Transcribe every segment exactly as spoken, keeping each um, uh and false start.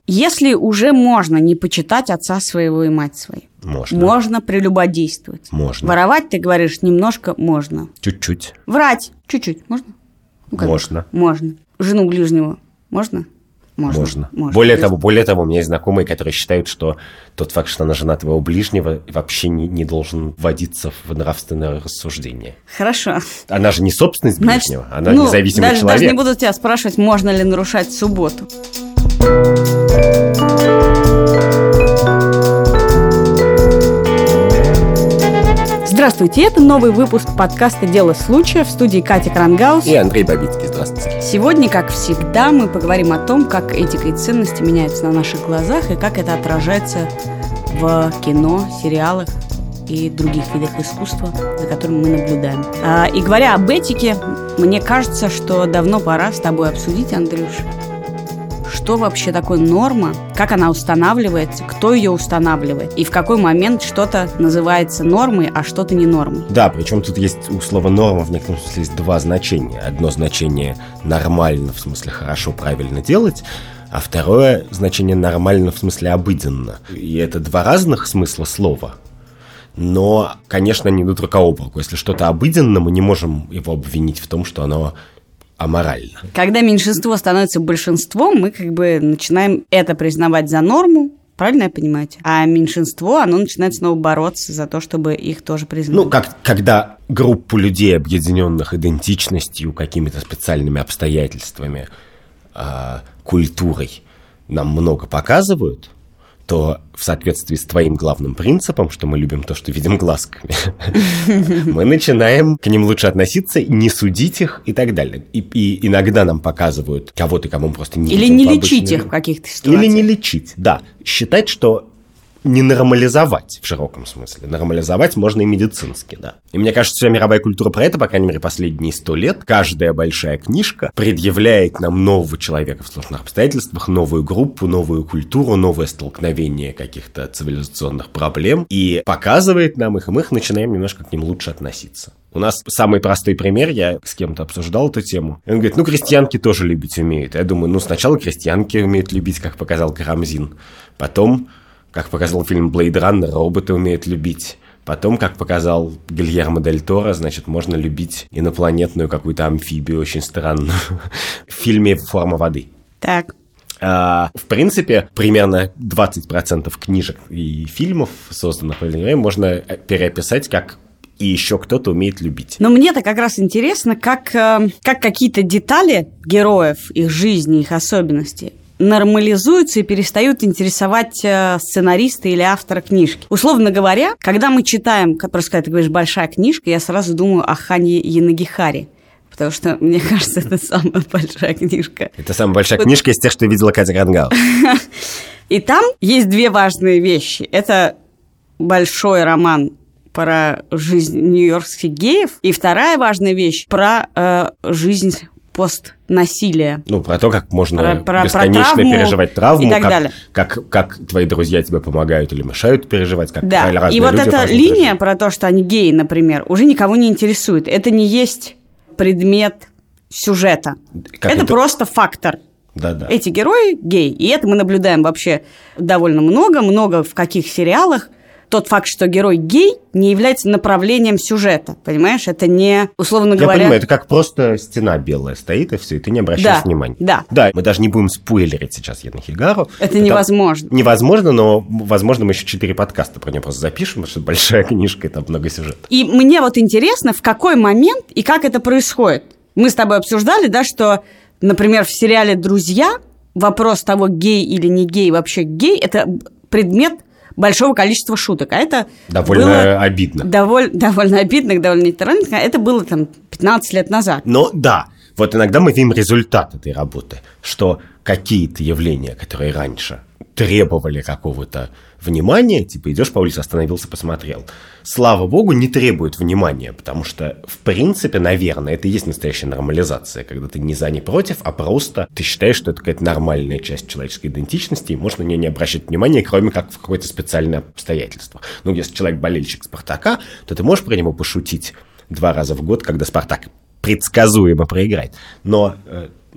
Если уже можно не почитать отца своего и мать свою. Можно. Можно прелюбодействовать. Можно. Воровать, ты говоришь, немножко можно. Чуть-чуть. Врать чуть-чуть. Можно? Ну, как можно. Можно. Жену ближнего можно? Можно. Можно. Можно. Более Есть... того, более того, у меня есть знакомые, которые считают, что тот факт, что она жена твоего ближнего, вообще не, не должен вводиться в нравственное рассуждение. Хорошо. Она же не собственность ближнего, Значит, она ну, независимый даже, человек. Даже не буду тебя спрашивать, можно ли нарушать субботу. Здравствуйте, это новый выпуск подкаста «Дело случая» в студии Катя Крангаус и Андрей Бабицкий. Здравствуйте. Сегодня, как всегда, мы поговорим о том, как этика и ценности меняются на наших глазах и как это отражается в кино, сериалах и других видах искусства, за которыми мы наблюдаем. И говоря об этике, мне кажется, что давно пора с тобой обсудить, Андрюш, что вообще такое норма, как она устанавливается, кто ее устанавливает, и в какой момент что-то называется нормой, а что-то не нормой. Да, причем тут есть у слова «норма» в некотором смысле есть два значения. Одно значение «нормально», в смысле «хорошо, правильно делать», а второе значение «нормально» в смысле «обыденно». И это два разных смысла слова. Но, конечно, они идут рука об руку. Если что-то обыденно, мы не можем его обвинить в том, что оно аморально. Когда меньшинство становится большинством, мы как бы начинаем это признавать за норму, правильно я понимаю? А меньшинство, оно начинает снова бороться за то, чтобы их тоже признать. Ну, как, когда группу людей, объединенных идентичностью, какими-то специальными обстоятельствами, э, культурой, нам много показывают, то в соответствии с твоим главным принципом, что мы любим то, что видим глазками, мы начинаем к ним лучше относиться, не судить их и так далее. И, и иногда нам показывают кого-то, кому мы просто не Или не лечить их в каких-то ситуациях. Или не лечить, да. Считать, что не нормализовать в широком смысле. Нормализовать можно и медицински, да. И мне кажется, вся мировая культура про это, по крайней мере, последние сто лет. Каждая большая книжка предъявляет нам нового человека в сложных обстоятельствах, новую группу, новую культуру, новое столкновение каких-то цивилизационных проблем и показывает нам их, и мы их начинаем немножко к ним лучше относиться. У нас самый простой пример, я с кем-то обсуждал эту тему. Он говорит, ну, крестьянки тоже любить умеют. Я думаю, ну, сначала крестьянки умеют любить, как показал Карамзин. Потом, как показал фильм «Блейд Раннер», роботы умеют любить. Потом, как показал Гильермо Дель Торо, значит, можно любить инопланетную какую-то амфибию, очень странную, в фильме «Форма воды». Так. А, в принципе, примерно двадцать процентов книжек и фильмов, созданных в это время, можно переописать как «и еще кто-то умеет любить». Но мне-то как раз интересно, как, как какие-то детали героев, их жизни, их особенностей нормализуются и перестают интересовать сценариста или автора книжки. Условно говоря, когда мы читаем, просто когда ты говоришь «большая книжка», я сразу думаю о Хане Янагихари. Потому что, мне кажется, это самая большая книжка. Это самая большая вот. Книжка из тех, что видела Катя Крангаус. И там есть две важные вещи. Это большой роман про жизнь нью-йоркских геев. И вторая важная вещь про э, жизнь постнасилия. Ну, про то, как можно про, про, бесконечно про травму переживать травму, и так как, далее. Как, как твои друзья тебе помогают или мешают переживать, как да. разные И вот люди эта линия переживают. Про то, что они геи, например, уже никого не интересует. Это не есть предмет сюжета. Это, это просто фактор. Да, да. Эти герои геи. И это мы наблюдаем вообще довольно много, много в каких сериалах. Тот факт, что герой гей, не является направлением сюжета. Понимаешь? Это не, условно Я говоря... Я понимаю, это как просто стена белая стоит, и все, и ты не обращаешь да, внимания. Да, да. Мы даже не будем спойлерить сейчас Янагихару. Это потому... невозможно. Невозможно, но, возможно, мы еще четыре подкаста про нее просто запишем, потому что большая книжка, и там много сюжетов. И мне вот интересно, в какой момент и как это происходит. Мы с тобой обсуждали, да, что, например, в сериале «Друзья» вопрос того, гей или не гей, вообще гей, это предмет большого количества шуток, а это довольно было обидно. Доволь, довольно обидно, довольно нейтрально. Это было там пятнадцать лет назад. Но да, вот иногда мы видим результат этой работы, что какие-то явления, которые раньше требовали какого-то внимания, типа идешь по улице, остановился, посмотрел. Слава богу, не требует внимания, потому что, в принципе, наверное, это и есть настоящая нормализация, когда ты не за, не против, а просто ты считаешь, что это какая-то нормальная часть человеческой идентичности, и можно на нее не обращать внимания, кроме как в какое-то специальное обстоятельство. Ну, если человек болельщик «Спартака», то ты можешь про него пошутить два раза в год, когда «Спартак» предсказуемо проиграет. Но...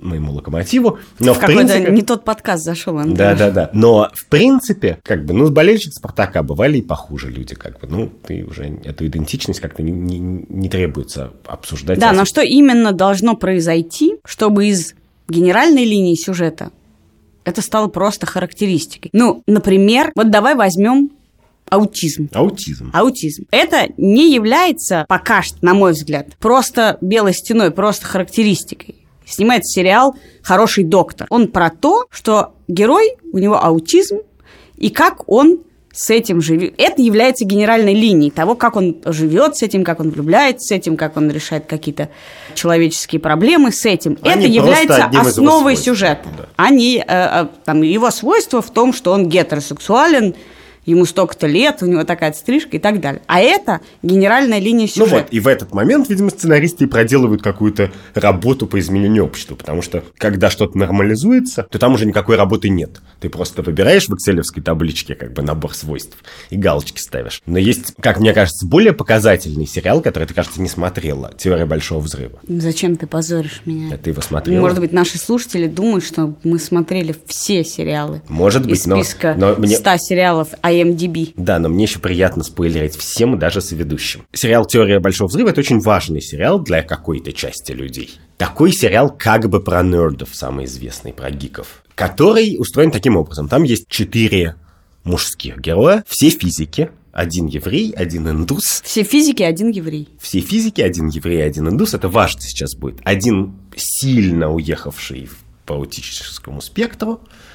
моему локомотиву. Но в, в какой-то принципе... не тот подкаст зашел, Антон. Да-да-да. Но, в принципе, как бы, ну, болельщик «Спартака» бывали и похуже люди, как бы. Ну, ты уже эту идентичность как-то не, не, не требуется обсуждать. Да, но что именно должно произойти, чтобы из генеральной линии сюжета это стало просто характеристикой? Ну, например, вот давай возьмем аутизм. Аутизм. Аутизм. Это не является пока что, на мой взгляд, просто белой стеной, просто характеристикой. Снимается сериал «Хороший доктор». Он про то, что герой, у него аутизм, и как он с этим живет. Это является генеральной линией того, как он живет с этим, как он влюбляется с этим, как он решает какие-то человеческие проблемы с этим. Они это является основой свойств, сюжета. Да. Они, э, там, его свойство в том, что он гетеросексуален, ему столько-то лет, у него такая стрижка и так далее. А это генеральная линия сюжета. Ну вот, и в этот момент, видимо, сценаристы и проделывают какую-то работу по изменению общества, потому что, когда что-то нормализуется, то там уже никакой работы нет. Ты просто выбираешь в экселевской табличке как бы набор свойств и галочки ставишь. Но есть, как мне кажется, более показательный сериал, который ты, кажется, не смотрела. «Теория большого взрыва». Зачем ты позоришь меня? А ты его смотрела? Может быть, наши слушатели думают, что мы смотрели все сериалы. Может быть, из списка но, но мне... ста сериалов ай эм ди би. Да, но мне еще приятно спойлерить всем, даже соведущим. Сериал «Теория большого взрыва» — это очень важный сериал для какой-то части людей. Такой сериал как бы про нердов, самый известный, про гиков, который устроен таким образом. Там есть четыре мужских героя, все физики, один еврей, один индус. Все физики, один еврей. Все физики, один еврей, один индус. Это важно сейчас будет. Один сильно уехавший по аутическому спектру,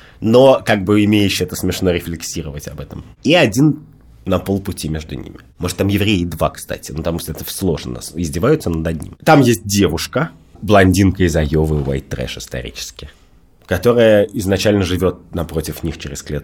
но как бы имеющий это смешно рефлексировать об этом. И один на полпути между ними. Может, там евреи два, кстати, но там это сложно, издеваются над одним. Там есть девушка, блондинка из Айовы, white trash исторически, которая изначально живет напротив них через клет,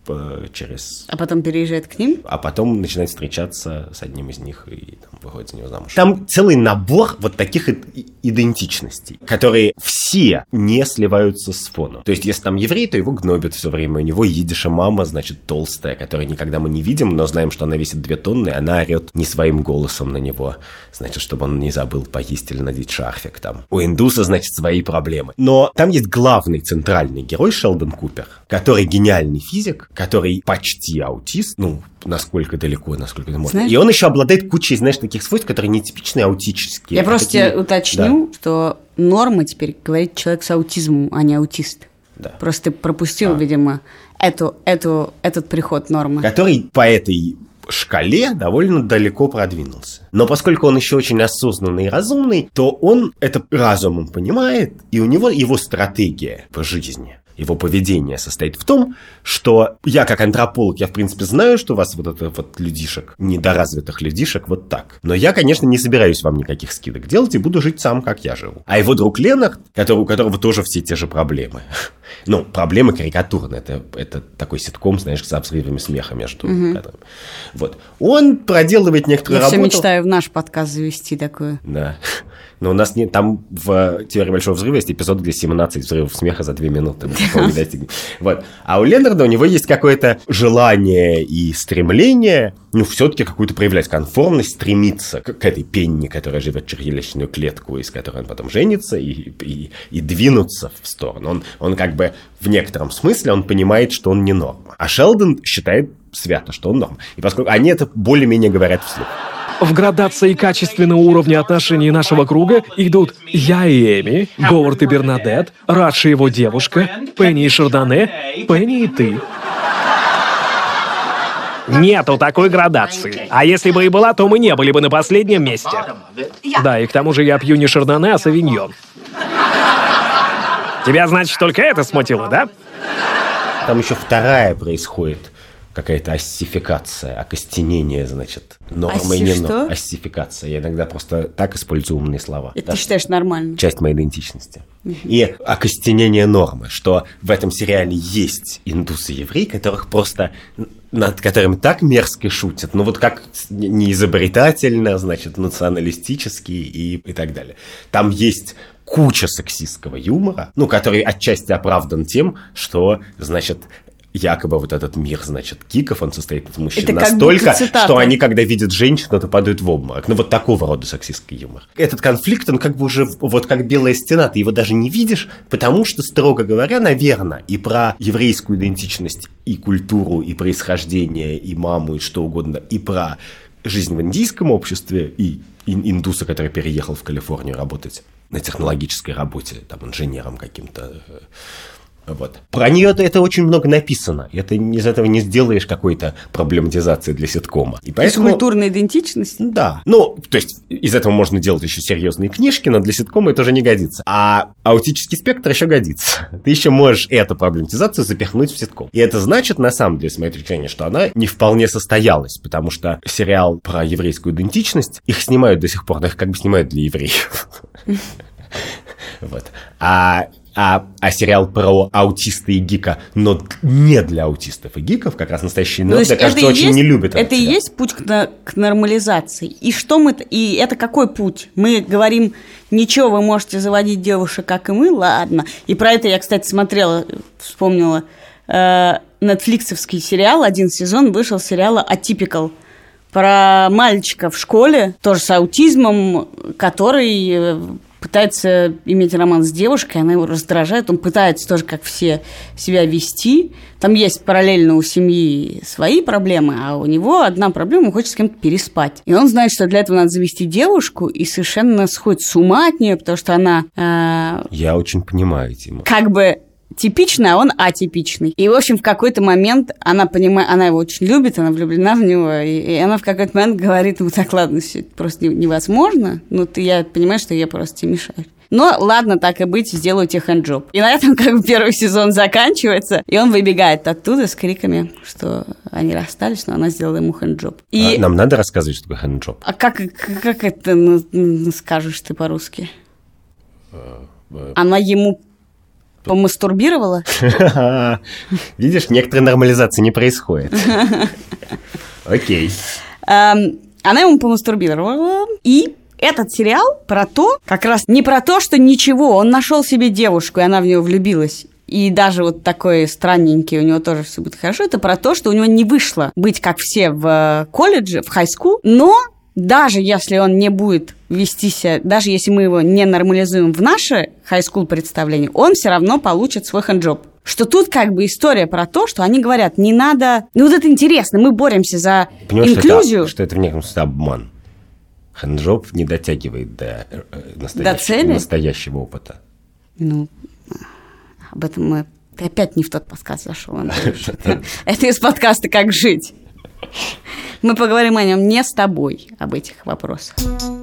через... А потом переезжает к ним? А потом начинает встречаться с одним из них и там, выходит за него замуж. Там целый набор вот таких идентичностей, которые все не сливаются с фоном. То есть, если там еврей, то его гнобят все время. У него идиша мама, значит, толстая, которую никогда мы не видим, но знаем, что она весит две тонны, и она орет не своим голосом на него, значит, чтобы он не забыл поесть или надеть шарфик там. У индуса, значит, свои проблемы. Но там есть главный центральный герой Шелдон Купер, который гениальный физик, который почти аутист, ну, насколько далеко, насколько это можно. Знаешь, и он еще обладает кучей, знаешь, таких свойств, которые не типичные аутические. Я а просто такие... тебе уточню, да. что норма теперь говорит человек с аутизмом, а не аутист. Да. Просто ты пропустил, а. видимо, эту, эту, этот приход нормы. Который по этой шкале довольно далеко продвинулся. Но поскольку он еще очень осознанный и разумный, то он это разумом понимает, и у него его стратегия по жизни, его поведение состоит в том, что я, как антрополог, я, в принципе, знаю, что у вас вот это вот людишек, недоразвитых людишек, вот так. Но я, конечно, не собираюсь вам никаких скидок делать и буду жить сам, как я живу. А его друг Ленард, который, у которого тоже все те же проблемы. Ну, проблемы карикатурные. Это, это такой ситком, знаешь, со взрывами смеха между... Угу. Вот. Он проделывает некоторую я работу... Я все мечтаю в наш подкаст завести такое. Да. Но у нас не... Там в «Теории большого взрыва» есть эпизод, где семнадцать взрывов смеха за две минуты. Вот. А у Ленарда у него есть какое-то желание и стремление, ну, все-таки какую-то проявлять конформность, стремиться к, к этой Пенни, которая живет в черепичную клетку, из которой он потом женится, и, и, и двинуться в сторону. Он, он как бы в некотором смысле он понимает, что он не норма. А Шелдон считает свято, что он норма. И поскольку они это более-менее говорят вслух. В градации качественного уровня отношений нашего круга идут я и Эми, Говард и Бернадет, Радши и его девушка, Пенни и Шардоне, Пенни и ты. Нету такой градации. А если бы и была, то мы не были бы на последнем месте. Да, и к тому же я пью не Шардоне, а Савиньон. Тебя, значит, только это смутило, да? Там еще вторая происходит. Какая-то оссификация, окостенение, значит, нормы и не нормы. Оссификация. Я иногда просто так использую умные слова. Это да? Ты считаешь нормально? Часть моей идентичности. Uh-huh. И окостенение нормы, что в этом сериале есть индусы-евреи, которых просто, над которыми так мерзко шутят, ну вот как неизобретательно, значит, националистически и, и так далее. Там есть куча сексистского юмора, ну, который отчасти оправдан тем, что, значит, якобы вот этот мир, значит, гиков, он состоит из мужчин Это настолько, что они, когда видят женщину, то падают в обморок. Ну, вот такого рода сексистский юмор. Этот конфликт, он как бы уже вот как белая стена, ты его даже не видишь, потому что, строго говоря, наверное, и про еврейскую идентичность, и культуру, и происхождение, и маму, и что угодно, и про жизнь в индийском обществе, и индуса, который переехал в Калифорнию работать на технологической работе, там, инженером каким-то. Вот. Про нее это очень много написано. Это из этого не сделаешь какой-то проблематизации для ситкома. И поэтому... Из культурной идентичности? Да. Ну, то есть, из этого можно делать еще серьезные книжки, но для ситкома это уже не годится. А аутический спектр еще годится. Ты еще можешь эту проблематизацию запихнуть в ситком. И это значит, на самом деле, с моей точки зрения, что она не вполне состоялась, потому что сериал про еврейскую идентичность, их снимают до сих пор, но их как бы снимают для евреев. Вот. А... А, а сериал про аутиста и гика, но не для аутистов и гиков, как раз настоящие нерды, кажется, очень есть, не любят это. Это и есть путь к, к нормализации. И что мы... И это какой путь? Мы говорим, ничего, вы можете заводить девушек, как и мы, ладно. И про это я, кстати, смотрела, вспомнила. Э, нетфликсовский сериал, один сезон вышел сериала «Atypical». Про мальчика в школе, тоже с аутизмом, который... пытается иметь роман с девушкой, она его раздражает, он пытается тоже, как все, себя вести. Там есть параллельно у семьи свои проблемы, а у него одна проблема, он хочет с кем-то переспать. И он знает, что для этого надо завести девушку, и совершенно сходит с ума от нее, потому что она... Э, Я очень понимаю, Тима. Как бы... типичный, а он атипичный. И, в общем, в какой-то момент она понимает, она его очень любит, она влюблена в него, и, и она в какой-то момент говорит ему: так, ладно, все это просто невозможно, ну, ты, я понимаю, что я просто тебе мешаю. Но ладно, так и быть, сделаю тебе хэндджоб. И на этом как бы первый сезон заканчивается, и он выбегает оттуда с криками, что они расстались, но она сделала ему хэндджоб. И... А нам надо рассказывать, что такое хэндджоб? А как, как это ну, скажешь ты по-русски? Она ему... помастурбировала? Видишь, некоторой нормализации не происходит. Окей. Она ему помастурбировала, и этот сериал про то, как раз не про то, что ничего, он нашел себе девушку, и она в него влюбилась. И даже вот такой странненький, у него тоже все будет хорошо. Это про то, что у него не вышло быть как все в колледже, в хай-скул, но даже если он не будет вести себя, даже если мы его не нормализуем в наше хай-скул представление, он все равно получит свой хэндджоб. Что тут как бы история про то, что они говорят, не надо... Ну вот это интересно, мы боремся за Понимаешь, инклюзию. Что это, что это в неком смысле обман. Хэндджоб не дотягивает до, настоящего, до цели? настоящего опыта. Ну, об этом мы... Ты опять не в тот подкаст зашел, Андрюш. Это из подкаста «Как жить». Мы поговорим о нем не с тобой, об этих вопросах.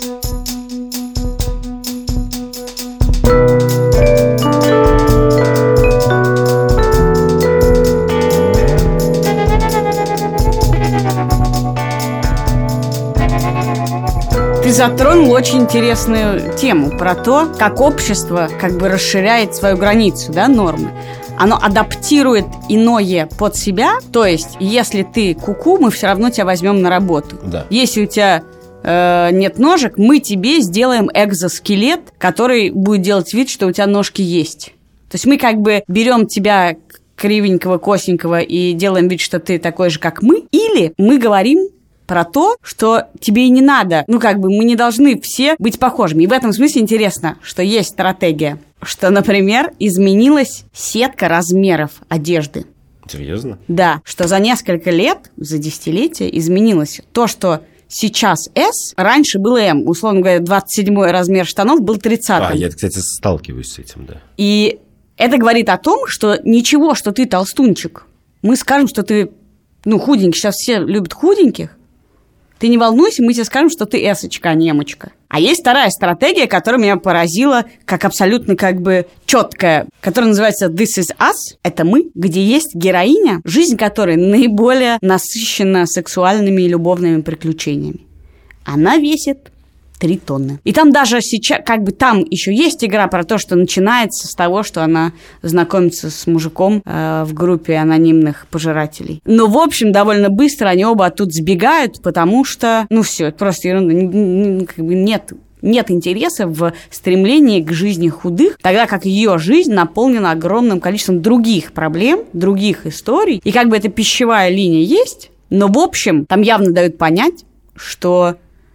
Ты затронул очень интересную тему про то, как общество как бы расширяет свою границу, да, нормы. Оно адаптирует иное под себя. То есть, если ты куку, мы все равно тебя возьмем на работу. Да. Если у тебя э, нет ножек, мы тебе сделаем экзоскелет, который будет делать вид, что у тебя ножки есть. То есть мы как бы берем тебя кривенького, косенького и делаем вид, что ты такой же, как мы. Или мы говорим про то, что тебе и не надо. Ну, как бы мы не должны все быть похожими. И в этом смысле интересно, что есть стратегия. Что, например, изменилась сетка размеров одежды. Серьезно? Да, что за несколько лет, за десятилетия изменилось. То, что сейчас S, раньше было M. Условно говоря, двадцать седьмой размер штанов был тридцатым. А, я, кстати, сталкиваюсь с этим, да. И это говорит о том, что ничего, что ты толстунчик. Мы скажем, что ты, ну, худенький. Сейчас все любят худеньких. Ты не волнуйся, мы тебе скажем, что ты эсочка, а не эмочка. А есть вторая стратегия, которая меня поразила как абсолютно как бы четкая, которая называется «This is us». Это мы, где есть героиня, жизнь которой наиболее насыщена сексуальными и любовными приключениями. Она весит три тонны. И там даже сейчас, как бы там еще есть игра про то, что начинается с того, что она знакомится с мужиком э, в группе анонимных пожирателей. Но, в общем, довольно быстро они оба оттуда сбегают, потому что, ну, все, это просто ерунда. Как бы нет нет интереса в стремлении к жизни худых, тогда как ее жизнь наполнена огромным количеством других проблем, других историй. И как бы эта пищевая линия есть, но в общем там явно дают понять, что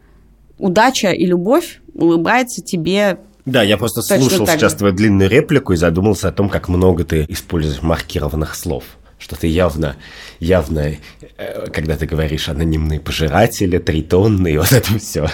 удача и любовь улыбается тебе. Да, я просто слушал сейчас твою длинную реплику и задумался о том, как много ты используешь маркированных слов. Что ты явно, явно, когда ты говоришь анонимные пожиратели, тритонные, вот это все.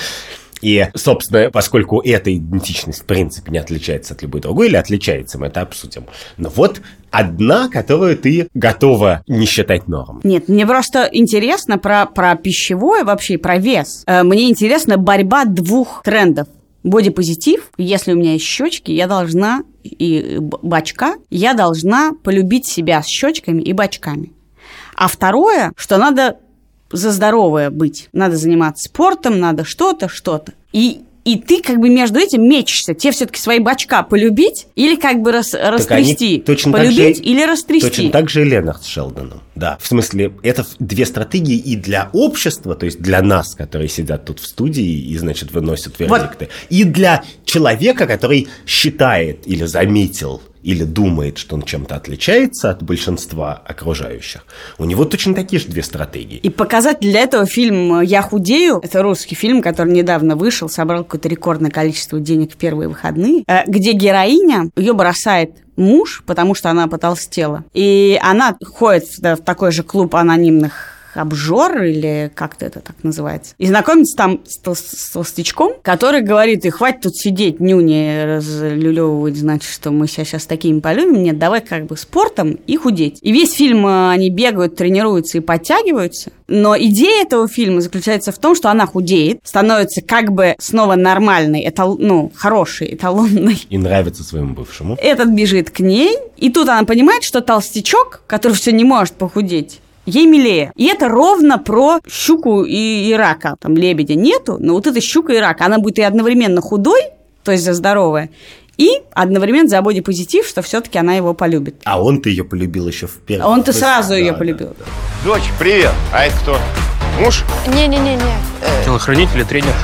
И, собственно, поскольку эта идентичность, в принципе, не отличается от любой другой, или отличается, мы это обсудим. Но вот одна, которую ты готова не считать нормой. Нет, мне просто интересно про, про пищевое вообще, про вес. Мне интересна борьба двух трендов. Бодипозитив, если у меня есть щечки, я должна, и бачка, я должна полюбить себя с щечками и бачками. А второе, что надо за здоровое быть. Надо заниматься спортом, надо что-то, что-то. И, и ты как бы между этим мечешься. Тебе все-таки свои бачка полюбить или как бы рас, растрясти? Точно полюбить же, или растрясти? Точно так же и Ленард с Шелдоном. Да, в смысле, это две стратегии и для общества, то есть для нас, которые сидят тут в студии и, значит, выносят вердикты, вот. И для человека, который считает или заметил, или думает, что он чем-то отличается от большинства окружающих. У него точно такие же две стратегии. И показать для этого фильм «Я худею», это русский фильм, который недавно вышел, собрал какое-то рекордное количество денег в первые выходные, где героиня, ее бросает муж, потому что она потолстела. И она ходит в такой же клуб анонимных обжор, или как-то это так называется, и знакомится там с, тол- с толстячком, который говорит: и хватит тут сидеть, нюни разлюлевывать, значит, что мы себя сейчас такими полюбим, нет, давай как бы спортом и худеть. И весь фильм они бегают, тренируются и подтягиваются, но идея этого фильма заключается в том, что она худеет, становится как бы снова нормальной, этал- ну, хорошей, эталонной. И нравится своему бывшему. Этот бежит к ней, и тут она понимает, что толстячок, который все не может похудеть, ей милее. И это ровно про щуку и, и рака. Там лебедя нету, но вот эта щука и рак, она будет и одновременно худой, то есть за здоровое, и одновременно за бодипозитив, что все-таки она его полюбит. А он-то ее полюбил еще в первом. А он-то Вы... сразу да, ее да, полюбил. Да, да. Дочь, привет. А это кто? Муж? Не-не-не-не. Телохранитель и тренер.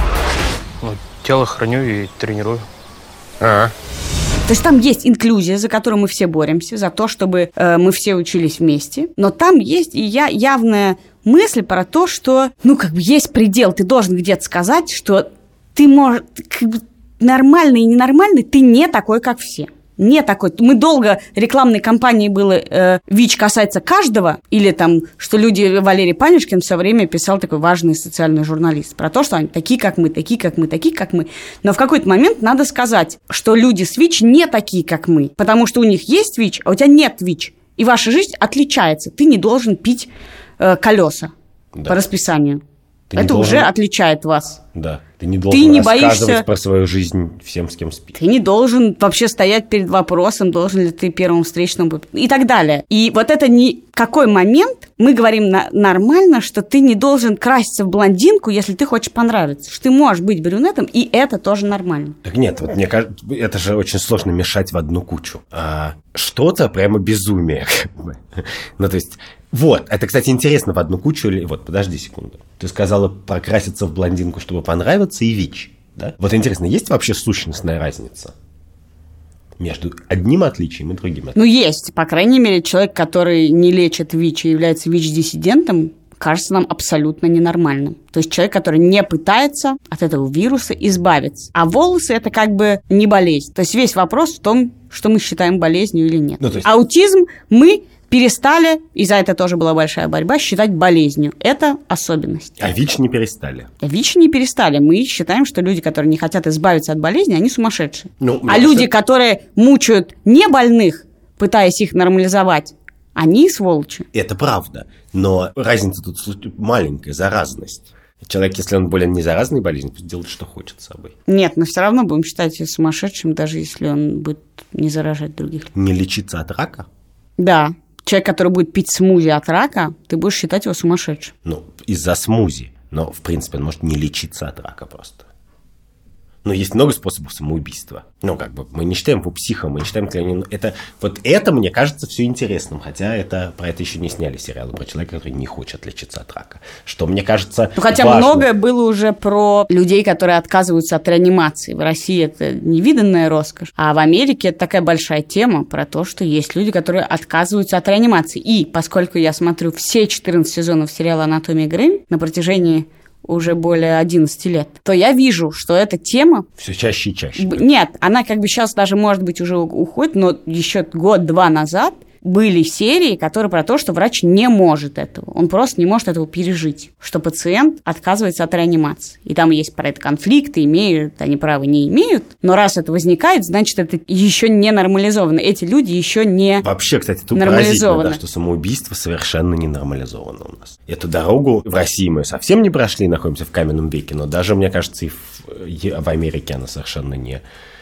Ну, тело храню и тренирую. А. То есть там есть инклюзия, за которую мы все боремся, за то, чтобы э, мы все учились вместе. Но там есть и я, явная мысль про то, что, ну, как бы есть предел. Ты должен где-то сказать, что ты можешь, как бы, нормальный и ненормальный, ты не такой, как все. Не такой. Мы долго рекламной кампании было э, ВИЧ касается каждого, или там, что люди, Валерий Панюшкин все время писал такой важный социальный журналист, про то, что они такие, как мы, такие, как мы, такие, как мы. Но в какой-то момент надо сказать, что люди с ВИЧ не такие, как мы, потому что у них есть ВИЧ, а у тебя нет ВИЧ, и ваша жизнь отличается. Ты не должен пить э, колеса да. по расписанию. Ты Это уже должен... отличает вас. Да. Ты не должен ты не рассказывать боишься... про свою жизнь всем, с кем спишь. Ты не должен вообще стоять перед вопросом, должен ли ты первым встречным и так далее. И вот это не какой момент мы говорим на... нормально, что ты не должен краситься в блондинку, если ты хочешь понравиться. Что ты можешь быть брюнетом, и это тоже нормально. Так нет, вот мне кажется, это же очень сложно мешать в одну кучу. А что-то прямо безумие. Ну, то есть... Вот, это, кстати, интересно в одну кучу. Вот, подожди секунду. Ты сказала прокраситься в блондинку, чтобы понравиться, и ВИЧ, да? Вот интересно, есть вообще сущностная разница между одним отличием и другим отличием? Ну, есть. По крайней мере, человек, который не лечит ВИЧ и является ВИЧ-диссидентом, кажется нам абсолютно ненормальным. То есть человек, который не пытается от этого вируса избавиться. А волосы – это как бы не болезнь. То есть весь вопрос в том, что мы считаем болезнью или нет. Ну, то есть... Аутизм мы... перестали, и за это тоже была большая борьба, считать болезнью. Это особенность. А ВИЧ не перестали? ВИЧ не перестали. Мы считаем, что люди, которые не хотят избавиться от болезни, они сумасшедшие. Ну, а люди, что... которые мучают не больных, пытаясь их нормализовать, они сволочи. Это правда. Но разница тут маленькая, заразность. Человек, если он болен не заразной болезнью, пусть делает, что хочет с собой. Нет, но все равно будем считать его сумасшедшим, даже если он будет не заражать других. Не лечиться от рака? Да. Человек, который будет пить смузи от рака, ты будешь считать его сумасшедшим. Ну, из-за смузи. Но, в принципе, он может не лечиться от рака просто. Но есть много способов самоубийства. Ну, как бы, мы не считаем его психом, мы не считаем... Это, вот это, мне кажется, все интересным. Хотя это, про это еще не сняли сериалы про человека, который не хочет лечиться от рака. Что, мне кажется, ну, хотя важно. Многое было уже про людей, которые отказываются от реанимации. В России это невиданная роскошь. А в Америке это такая большая тема про то, что есть люди, которые отказываются от реанимации. И поскольку я смотрю все четырнадцать сезонов сериала «Анатомия Грей» на протяжении... уже более одиннадцати лет, то я вижу, что эта тема... Все чаще и чаще. Нет, она как бы сейчас даже, может быть, уже уходит, но еще год-два назад были серии, которые про то, что врач не может этого. Он просто не может этого пережить. Что пациент отказывается от реанимации. И там есть про это конфликты, имеют они право, не имеют. Но раз это возникает, значит, это еще не нормализовано. Эти люди еще не Вообще, кстати, тут поразительно, да, что самоубийство совершенно не нормализовано у нас. Эту дорогу в России мы совсем не прошли, находимся в каменном веке, но даже, мне кажется, и в, и в Америке она совершенно не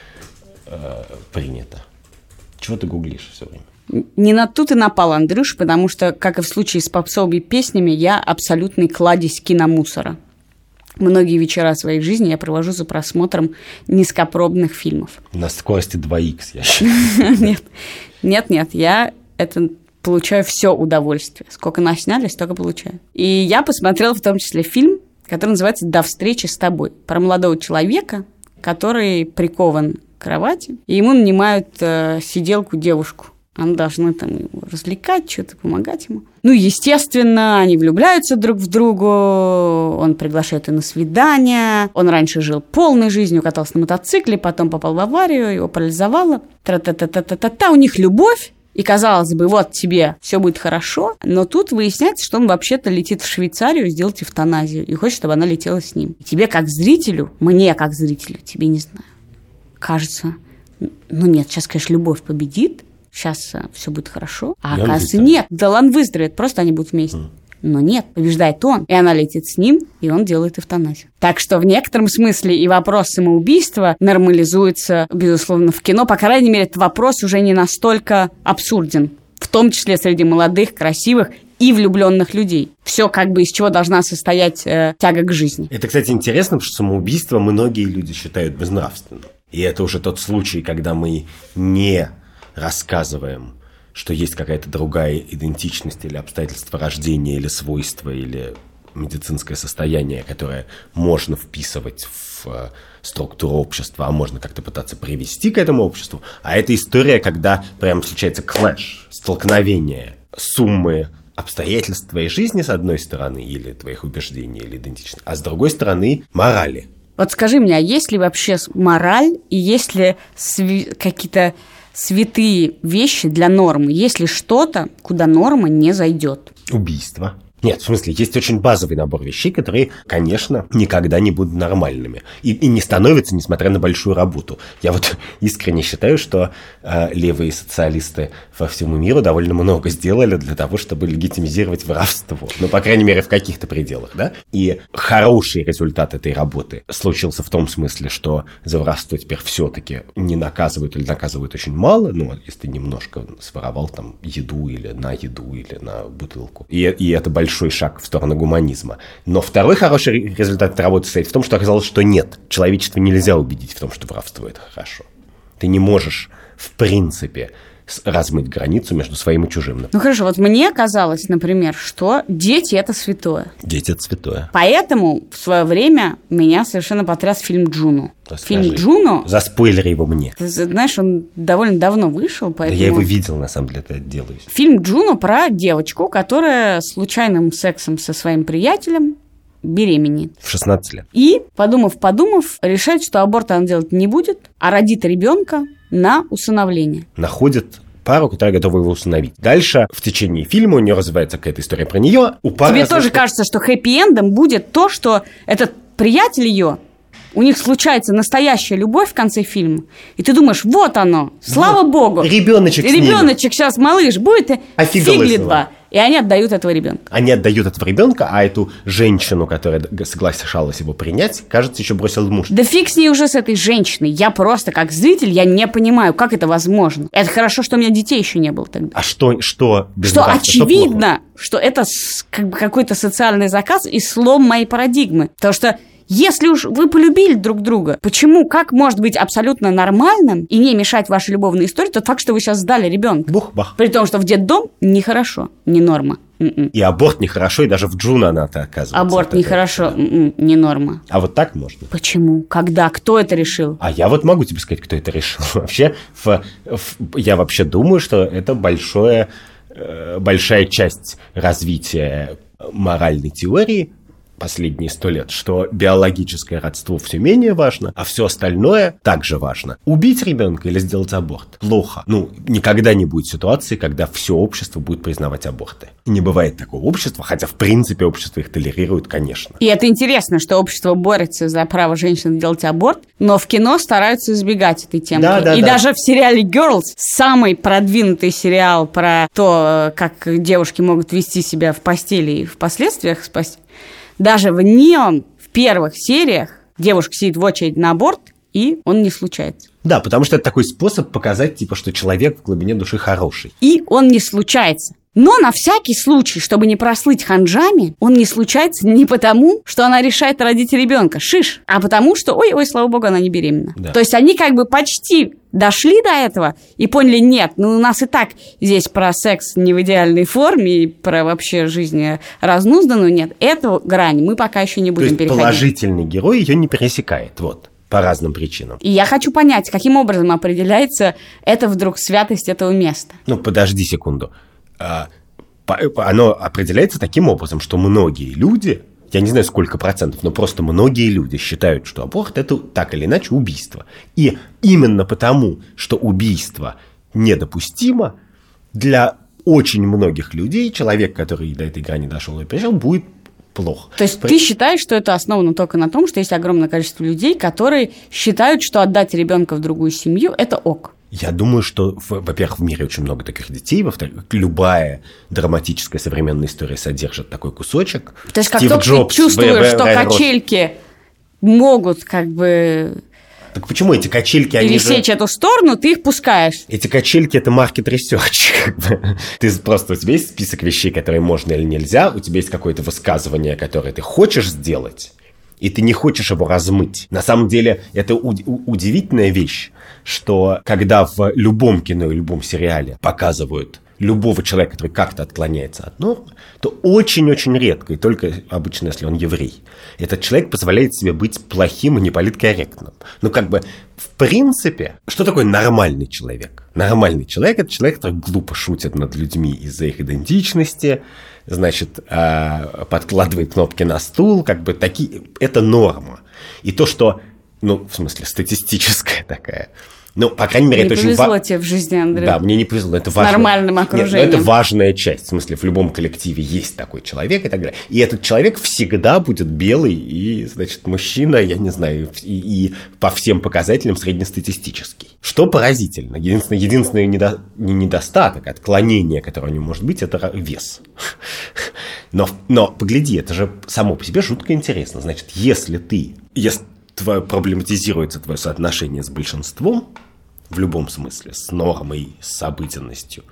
э, принята. Чего ты гуглишь все время? Не на тут и напал, Андрюш, потому что, как и в случае с попсовыми песнями, я абсолютный кладезь киномусора. Многие вечера своей жизни я провожу за просмотром низкопробных фильмов. На скорости два икс, я считаю. Нет, нет, нет, я это получаю все удовольствие. Сколько насняли, столько получаю. И я посмотрела в том числе фильм, который называется «До встречи с тобой». Про молодого человека, который прикован к кровати, и ему нанимают э, сиделку девушку. Она должна там его развлекать, что-то помогать ему. Ну, естественно, они влюбляются друг в друга, он приглашает ее на свидание, он раньше жил полной жизнью, катался на мотоцикле, потом попал в аварию, его парализовало. Тра-та-та-та-та-та-та, у них любовь, и, казалось бы, вот тебе все будет хорошо, но тут выясняется, что он вообще-то летит в Швейцарию сделать эвтаназию и хочет, чтобы она летела с ним. И тебе как зрителю, мне как зрителю, тебе не знаю, кажется, ну нет, сейчас, конечно, любовь победит, сейчас все будет хорошо. А оказывается, нет. Далан выздоровеет, просто они будут вместе. Mm. Но нет, побеждает он, и она летит с ним, и он делает эвтаназию. Так что в некотором смысле и вопрос самоубийства нормализуется, безусловно, в кино. По крайней мере, этот вопрос уже не настолько абсурден. В том числе среди молодых, красивых и влюбленных людей. Все как бы из чего должна состоять э, тяга к жизни. Это, кстати, интересно, потому что самоубийство многие люди считают безнравственным. И это уже тот случай, когда мы не... рассказываем, что есть какая-то другая идентичность или обстоятельства рождения, или свойства, или медицинское состояние, которое можно вписывать в структуру общества, а можно как-то пытаться привести к этому обществу. А это история, когда прям случается клэш, столкновение суммы обстоятельств твоей жизни, с одной стороны, или твоих убеждений, или идентичности, а с другой стороны, морали. Вот скажи мне, а есть ли вообще мораль, и есть ли сви- какие-то святые вещи для нормы, если что-то, куда норма не зайдет? Убийство. Нет, в смысле, есть очень базовый набор вещей, которые, конечно, никогда не будут нормальными. И, и не становятся, несмотря на большую работу. Я вот искренне считаю, что э, левые социалисты во всему миру довольно много сделали для того, чтобы легитимизировать воровство. Ну, по крайней мере, в каких-то пределах, да? И хороший результат этой работы случился в том смысле, что за воровство теперь все-таки не наказывают или наказывают очень мало. Ну, если ты немножко своровал там еду или на еду, или на бутылку. И, и это большое большой шаг в сторону гуманизма. Но второй хороший результат этой работы состоит в том, что оказалось, что нет, человечество нельзя убедить в том, что воровство – это хорошо. Ты не можешь, в принципе, размыть границу между своим и чужим. Ну хорошо, вот мне казалось, например, что дети – это святое. Дети – это святое. Поэтому в свое время меня совершенно потряс фильм «Джуно». Расскажи. Фильм «Джуно». Заспойлери его мне. Ты знаешь, он довольно давно вышел, поэтому... Да я его видел, на самом деле, это делаю. Фильм «Джуно» про девочку, которая случайным сексом со своим приятелем беременеет. В шестнадцать лет. И, подумав-подумав, решает, что аборт она делать не будет, а родит ребенка на усыновление. Находит пару, которая готова его усыновить. Дальше, в течение фильма, у нее развивается какая-то история про нее. У пары Тебе тоже кажется, что хэппи-эндом будет то, что этот приятель ее, у них случается настоящая любовь в конце фильма, и ты думаешь, вот оно, слава вот. богу. Ребеночек с ними. Ребеночек сейчас, малыш, будет, а фигли два. И они отдают этого ребенка. Они отдают этого ребенка, а эту женщину, которая согласилась его принять, кажется, еще бросил муж. Да фиг с ней уже с этой женщиной. Я просто, как зритель, я не понимаю, как это возможно. Это хорошо, что у меня детей еще не было тогда. А что, что Что очевидно, что, что это как бы какой-то социальный заказ и слом моей парадигмы. Потому что Если уж вы полюбили друг друга, почему, как может быть абсолютно нормальным и не мешать вашей любовной истории тот факт, что вы сейчас сдали ребенка? Бух-бах. При том, что в детдом нехорошо, не норма. М-м. И аборт нехорошо, и даже в Джуно она-то оказывается. Аборт нехорошо, м-м, не норма. А вот так можно. Почему? Когда? Кто это решил? А я вот могу тебе сказать, кто это решил. Вообще, в, в, я вообще думаю, что это большое, э, большая часть развития моральной теории последние сто лет, что биологическое родство все менее важно, а все остальное также важно. Убить ребенка или сделать аборт? Плохо. Ну, никогда не будет ситуации, когда все общество будет признавать аборты. Не бывает такого общества, хотя, в принципе, общество их толерирует, конечно. И это интересно, что общество борется за право женщин делать аборт, но в кино стараются избегать этой темы. Да, да, и да. даже в сериале Girls, самый продвинутый сериал про то, как девушки могут вести себя в постели и в последствиях спасти, даже в нем, в первых сериях, девушка сидит в очереди на аборт, и он не случается. Да, потому что это такой способ показать, типа, что человек в глубине души хороший. И он не случается. Но на всякий случай, чтобы не прослыть ханжами, он не случается не потому, что она решает родить ребенка, шиш, а потому что, ой-ой, слава богу, она не беременна. Да. То есть они как бы почти дошли до этого и поняли, нет, ну у нас и так здесь про секс не в идеальной форме и про вообще жизнь разнузданную, нет, эту грань мы пока еще не будем То есть переходить. положительный герой ее не пересекает, вот, по разным причинам. И я хочу понять, каким образом определяется это вдруг святость этого места. Ну, подожди секунду. Оно определяется таким образом, что многие люди, я не знаю сколько процентов, но просто многие люди считают, что аборт – это так или иначе убийство. И именно потому, что убийство недопустимо, для очень многих людей человек, который до этой грани дошел и пришел, будет плохо. То есть При... ты считаешь, что это основано только на том, что есть огромное количество людей, которые считают, что отдать ребенка в другую семью – это ок? Я думаю, что, во-первых, в мире очень много таких детей, во-вторых, любая драматическая современная история содержит такой кусочек. То есть как Стив только Джобс, ты чувствуешь, в- в- что в- качельки могут как бы Так почему эти качельки, они же... пересечь эту сторону, ты их пускаешь. Эти качельки – это market research. Как бы. Ты просто, у тебя есть список вещей, которые можно или нельзя, у тебя есть какое-то высказывание, которое ты хочешь сделать, и ты не хочешь его размыть. На самом деле, это у- у- удивительная вещь, что когда в любом кино и любом сериале показывают любого человека, который как-то отклоняется от нормы, то очень-очень редко, и только обычно, если он еврей, этот человек позволяет себе быть плохим и неполиткорректным. Ну, как бы, в принципе, что такое нормальный человек? Нормальный человек – это человек, который глупо шутит над людьми из-за их идентичности, значит, подкладывает кнопки на стул, как бы, такие, это норма. И то, что, ну, в смысле, статистическая такая. Ну, по крайней мере, Не это очень повезло ва- тебе в жизни, Андрей. Да, мне не повезло, но это С важно. нормальным Нет, но окружением. это важная часть. В смысле, в любом коллективе есть такой человек и так далее. И этот человек всегда будет белый и, значит, мужчина, я не знаю, и, и по всем показателям среднестатистический. Что поразительно. Единственный, единственный недо, не недостаток, отклонение, которое у него может быть, это вес. Но, но погляди, это же само по себе жутко интересно. Значит, если ты, если твое, проблематизируется твое соотношение с большинством, в любом смысле, с нормой, с обыденностью,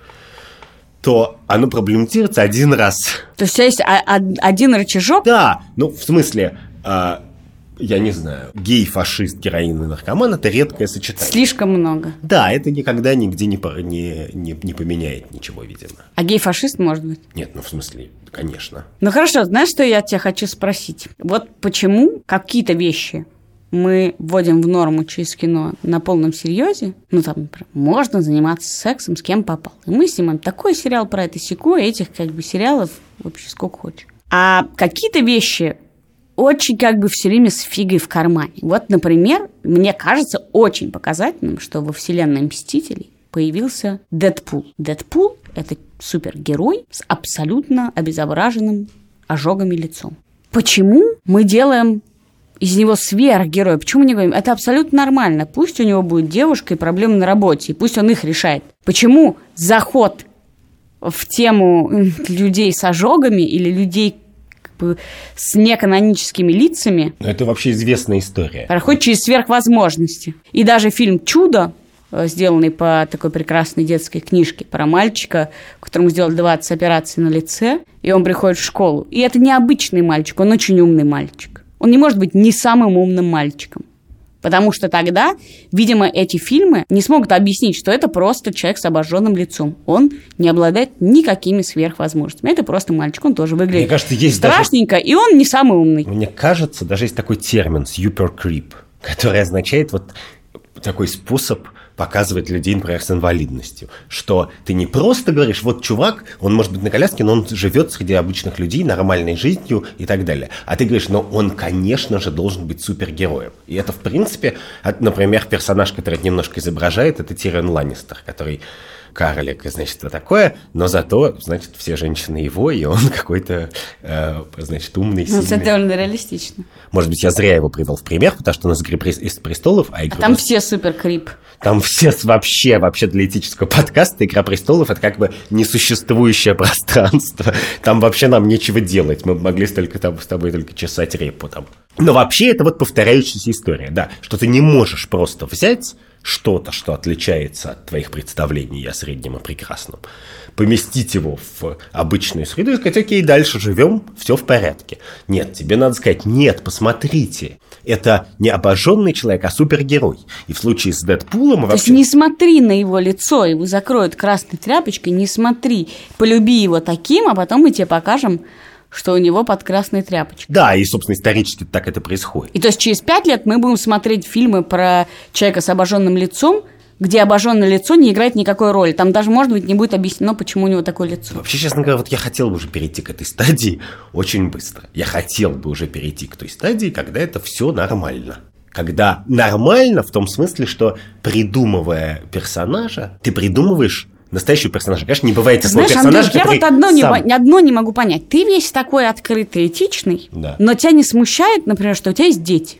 то оно проблематизируется один раз. То есть у тебя есть а- а- один рычажок? Да, ну, в смысле, а, я не знаю, гей, фашист, героин и наркоман – это редкое сочетание. Слишком много. Да, это никогда нигде не, по- не, не, не поменяет ничего, видимо. А гей-фашист может быть? Нет, ну, в смысле, конечно. Ну хорошо, знаешь, что я тебя хочу спросить? Вот почему какие-то вещи мы вводим в норму через кино на полном серьезе, ну там, например, можно заниматься сексом с кем попал. И мы снимаем такой сериал про это секу, этих как бы сериалов вообще сколько хочешь. А какие-то вещи очень как бы все время с фигой в кармане. Вот, например, мне кажется очень показательным, что во вселенной Мстителей появился Дэдпул. Дэдпул – это супергерой с абсолютно обезображенным ожогами лицом. Почему мы делаем из него сверхгерой? Почему мы не говорим, это абсолютно нормально, пусть у него будет девушка и проблемы на работе, и пусть он их решает. Почему заход в тему людей с ожогами или людей как бы с неканоническими лицами Но это вообще известная история. проходит через сверхвозможности? И даже фильм «Чудо», сделанный по такой прекрасной детской книжке про мальчика, которому сделали двадцать операций на лице, и он приходит в школу. И это необычный мальчик, он очень умный мальчик. он не может быть не самым умным мальчиком. Потому что тогда, видимо, эти фильмы не смогут объяснить, что это просто человек с обожженным лицом. Он не обладает никакими сверхвозможностями. Это просто мальчик, он тоже выглядит Мне кажется, есть страшненько, даже... и он не самый умный. Мне кажется, даже есть такой термин «super creep», который означает вот такой способ показывать людей, например, с инвалидностью. Что ты не просто говоришь, вот чувак, он может быть на коляске, но он живет среди обычных людей, нормальной жизнью и так далее. А ты говоришь, но он, конечно же, должен быть супергероем. И это, в принципе, например, персонаж, который это немножко изображает, это Тирион Ланнистер, который карлик, значит, что такое, но зато, значит, все женщины его, и он какой-то, э, значит, умный, сильный. Ну, это довольно реалистично. Может быть, я зря его привел в пример, потому что у нас «Игры престолов», а «Игры А там престолов» все супер крип. Там все вообще, вообще для этического подкаста «Игра престолов» — это как бы несуществующее пространство. Там вообще нам нечего делать. Мы могли столько там с тобой только чесать репу там. Но вообще это вот повторяющаяся история, да, что ты не можешь просто взять что-то, что отличается от твоих представлений о среднем и прекрасном, поместить его в обычную среду и сказать, окей, дальше живем, все в порядке. Нет, тебе надо сказать, нет, посмотрите, это не обожженный человек, а супергерой. И в случае с Дэдпулом... То вообще... есть не смотри на его лицо, его закроют красной тряпочкой, не смотри, полюби его таким, а потом мы тебе покажем, что у него под красной тряпочкой. Да, и, собственно, исторически так это происходит. И то есть через пять лет мы будем смотреть фильмы про человека с обожженным лицом, где обожженное лицо не играет никакой роли. Там даже, может быть, не будет объяснено, почему у него такое лицо. Вообще, честно говоря, вот я хотел бы уже перейти к этой стадии очень быстро. Я хотел бы уже перейти к той стадии, когда это все нормально. Когда нормально в том смысле, что, придумывая персонажа, ты придумываешь настоящего персонажа. Конечно, не бывает такого Знаешь, персонажа, Андрюш, я который вот одно не, сам... одно не могу понять. Ты весь такой открытый, этичный, Да. но тебя не смущает, например, что у тебя есть дети.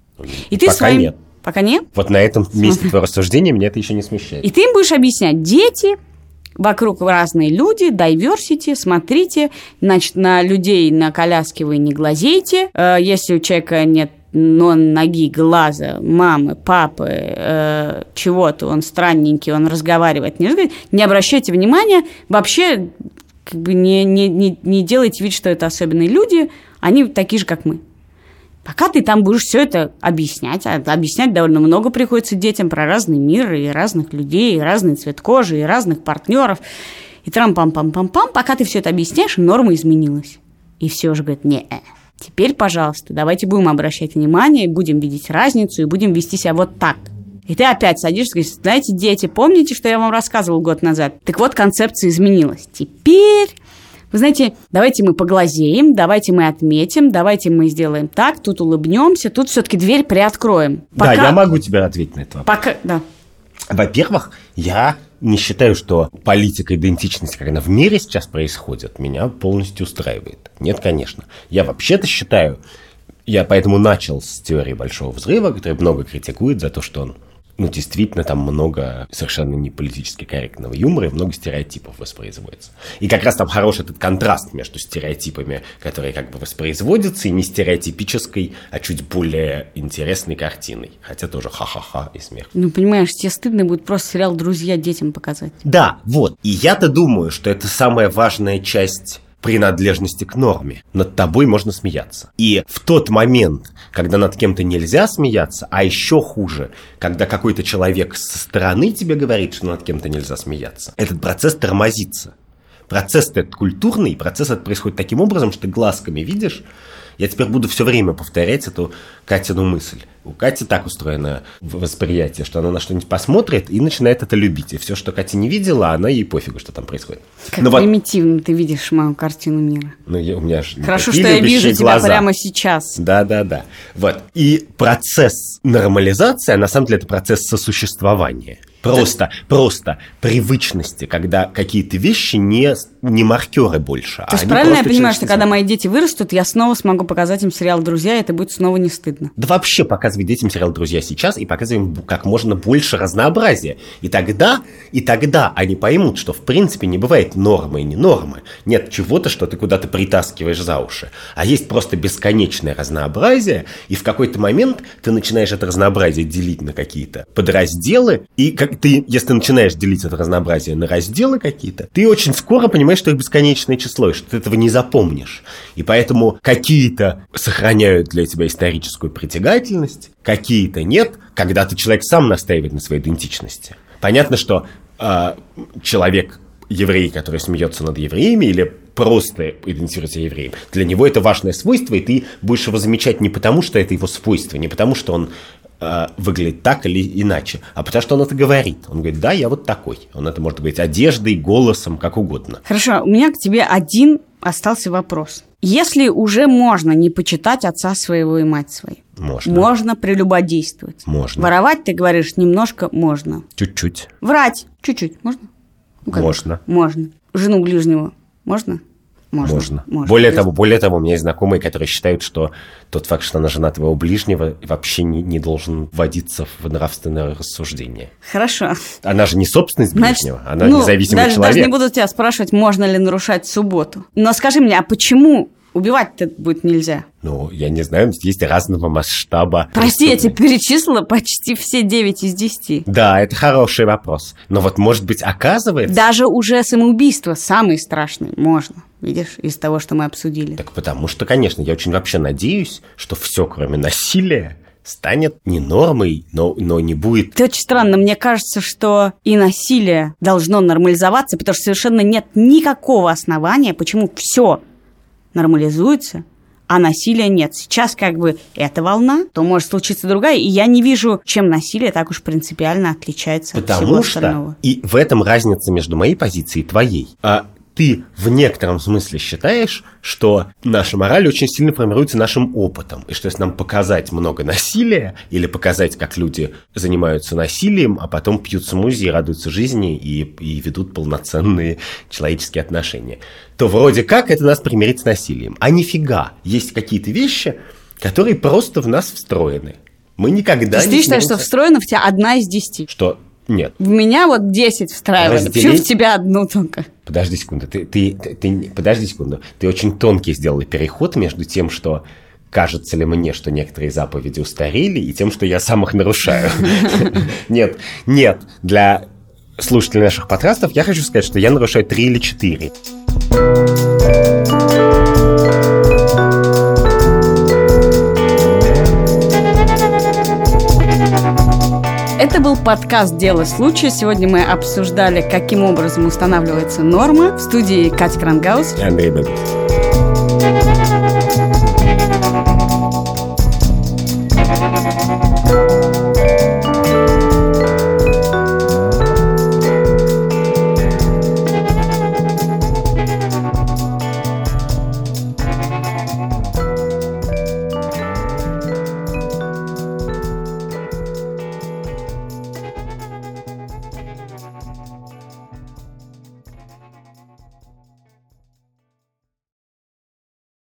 И ты Пока своим... нет. Пока нет? Вот на этом месте твоего рассуждения меня это еще не смущает. И ты им будешь объяснять, дети, вокруг разные люди, diversity, смотрите, значит, на людей на коляске вы не глазейте, э, если у человека нет но ноги, глаза, мамы, папы, э, чего-то, он странненький, он разговаривает, не, не обращайте внимания, вообще как бы не, не, не, не делайте вид, что это особенные люди, они такие же, как мы. Пока ты там будешь все это объяснять, а объяснять довольно много приходится детям про разный мир, и разных людей, и разный цвет кожи, и разных партнеров, и трам-пам-пам-пам-пам, пока ты все это объясняешь, норма изменилась. И все уже говорят, не-э. Теперь, пожалуйста, давайте будем обращать внимание, будем видеть разницу и будем вести себя вот так. И ты опять садишься и говоришь, знаете, дети, помните, что я вам рассказывал год назад? Так вот, концепция изменилась. Теперь, вы знаете, давайте мы поглазеем, давайте мы отметим, давайте мы сделаем так, тут улыбнемся, тут все-таки дверь приоткроем. Пока... Да, я могу тебе ответить на это вопрос. Пока, да. Во-первых, я не считаю, что политика идентичности, как она в мире сейчас происходит, меня полностью устраивает. Нет, конечно. Я вообще-то считаю, я поэтому начал с теории Большого Взрыва, который много критикует за то, что он, ну, действительно, там много совершенно не политически корректного юмора и много стереотипов воспроизводится. И как раз там хороший этот контраст между стереотипами, которые как бы воспроизводятся, и не стереотипической, а чуть более интересной картиной. Хотя тоже ха-ха-ха и смех. Ну, понимаешь, тебе стыдно будет просто сериал «Друзья» детям показать. Да, вот. И я-то думаю, что это самая важная часть принадлежности к норме. Над тобой можно смеяться. И в тот момент, когда над кем-то нельзя смеяться, а еще хуже, когда какой-то человек со стороны тебе говорит, что над кем-то нельзя смеяться, этот процесс тормозится. Процесс этот культурный, процесс этот происходит таким образом, что ты глазками видишь. Я теперь буду все время повторять эту Катину мысль. У Кати так устроено восприятие, что она на что-нибудь посмотрит и начинает это любить. И все, что Катя не видела, она ей пофигу, что там происходит. Как Но примитивно вот... ты видишь мою картину мира. Ну, я, у меня же Хорошо, что я вижу тебя прямо сейчас. Да-да-да. Вот. И процесс нормализации, а на самом деле это процесс сосуществования. Просто, просто привычности, когда какие-то вещи не, не маркеры больше. То есть правильно я понимаю, что когда мои дети вырастут, я снова смогу показать им сериал «Друзья», и это будет снова не стыдно? Да вообще показывай детям сериал «Друзья» сейчас и показываем как можно больше разнообразия. И тогда, и тогда они поймут, что в принципе не бывает нормы и не нормы. Нет чего-то, что ты куда-то притаскиваешь за уши. А есть просто бесконечное разнообразие, и в какой-то момент ты начинаешь это разнообразие делить на какие-то подразделы, и как ты, если ты начинаешь делить это разнообразие на разделы какие-то, ты очень скоро понимаешь, что их бесконечное число, и что ты этого не запомнишь. И поэтому какие-то сохраняют для тебя историческую притягательность, какие-то нет, когда ты человек сам настаивает на своей идентичности. Понятно, что э, человек, еврей, который смеется над евреями, или просто идентифицируется евреем, для него это важное свойство, и ты будешь его замечать не потому, что это его свойство, не потому, что он э, выглядит так или иначе, а потому, что он это говорит. Он говорит, да, я вот такой. Он это может говорить одеждой, голосом, как угодно. Хорошо, у меня к тебе один остался вопрос. Если уже можно не почитать отца своего и мать свою, Можно. Можно прелюбодействовать. Можно. Воровать, ты говоришь, немножко можно. Чуть-чуть. Врать чуть-чуть можно? Ну, как Можно. бы? Можно. Жену ближнего можно? Можно. Можно. Можно. Более То есть- того, более того, у меня есть знакомые, которые считают, что тот факт, что она жена твоего ближнего, вообще не, не должен вводиться в нравственное рассуждение. Хорошо. Она же не собственность Значит, ближнего, она ну, независимый даже, человек. Даже не буду тебя спрашивать, можно ли нарушать субботу. Но скажи мне, а почему убивать-то будет нельзя? Ну, я не знаю, есть разного масштаба. Прости, я тебе преступления. перечислила почти все девять из десяти. Да, это хороший вопрос. Но вот, может быть, оказывается... Даже уже самоубийство самый страшный можно. Видишь, из того, что мы обсудили. Так потому что, конечно, я очень вообще надеюсь, что все, кроме насилия, станет не нормой, но, но не будет... Это очень странно. Мне кажется, что и насилие должно нормализоваться, потому что совершенно нет никакого основания, почему все нормализуется, а насилия нет. Сейчас как бы эта волна, то может случиться другая, и я не вижу, чем насилие так уж принципиально отличается от всего Потому что... остального. И в этом разница между моей позицией и твоей. А ты в некотором смысле считаешь, что наша мораль очень сильно формируется нашим опытом, и что если нам показать много насилия, или показать, как люди занимаются насилием, а потом пьют смузи и радуются жизни, и, и ведут полноценные человеческие отношения, то вроде как это нас примирит с насилием. А нифига, есть какие-то вещи, которые просто в нас встроены. Мы никогда То есть не... ты считаешь, что смиримся- встроена в тебя одна из десяти? Что... Нет. В меня вот десять встраивали. Разделить? Почему в тебя одну только? Подожди секунду, ты, ты, ты, ты- подожди секунду. Ты очень тонкий сделала переход между тем, что кажется ли мне, что некоторые заповеди устарели, и тем, что я сам их нарушаю. Нет, нет. Для слушателей наших подкастов я хочу сказать, что я нарушаю три или четыре. Это был подкаст «Дело случая». Сегодня мы обсуждали, каким образом устанавливается норма. В студии Катя Крангаус. И Андрей Бабич.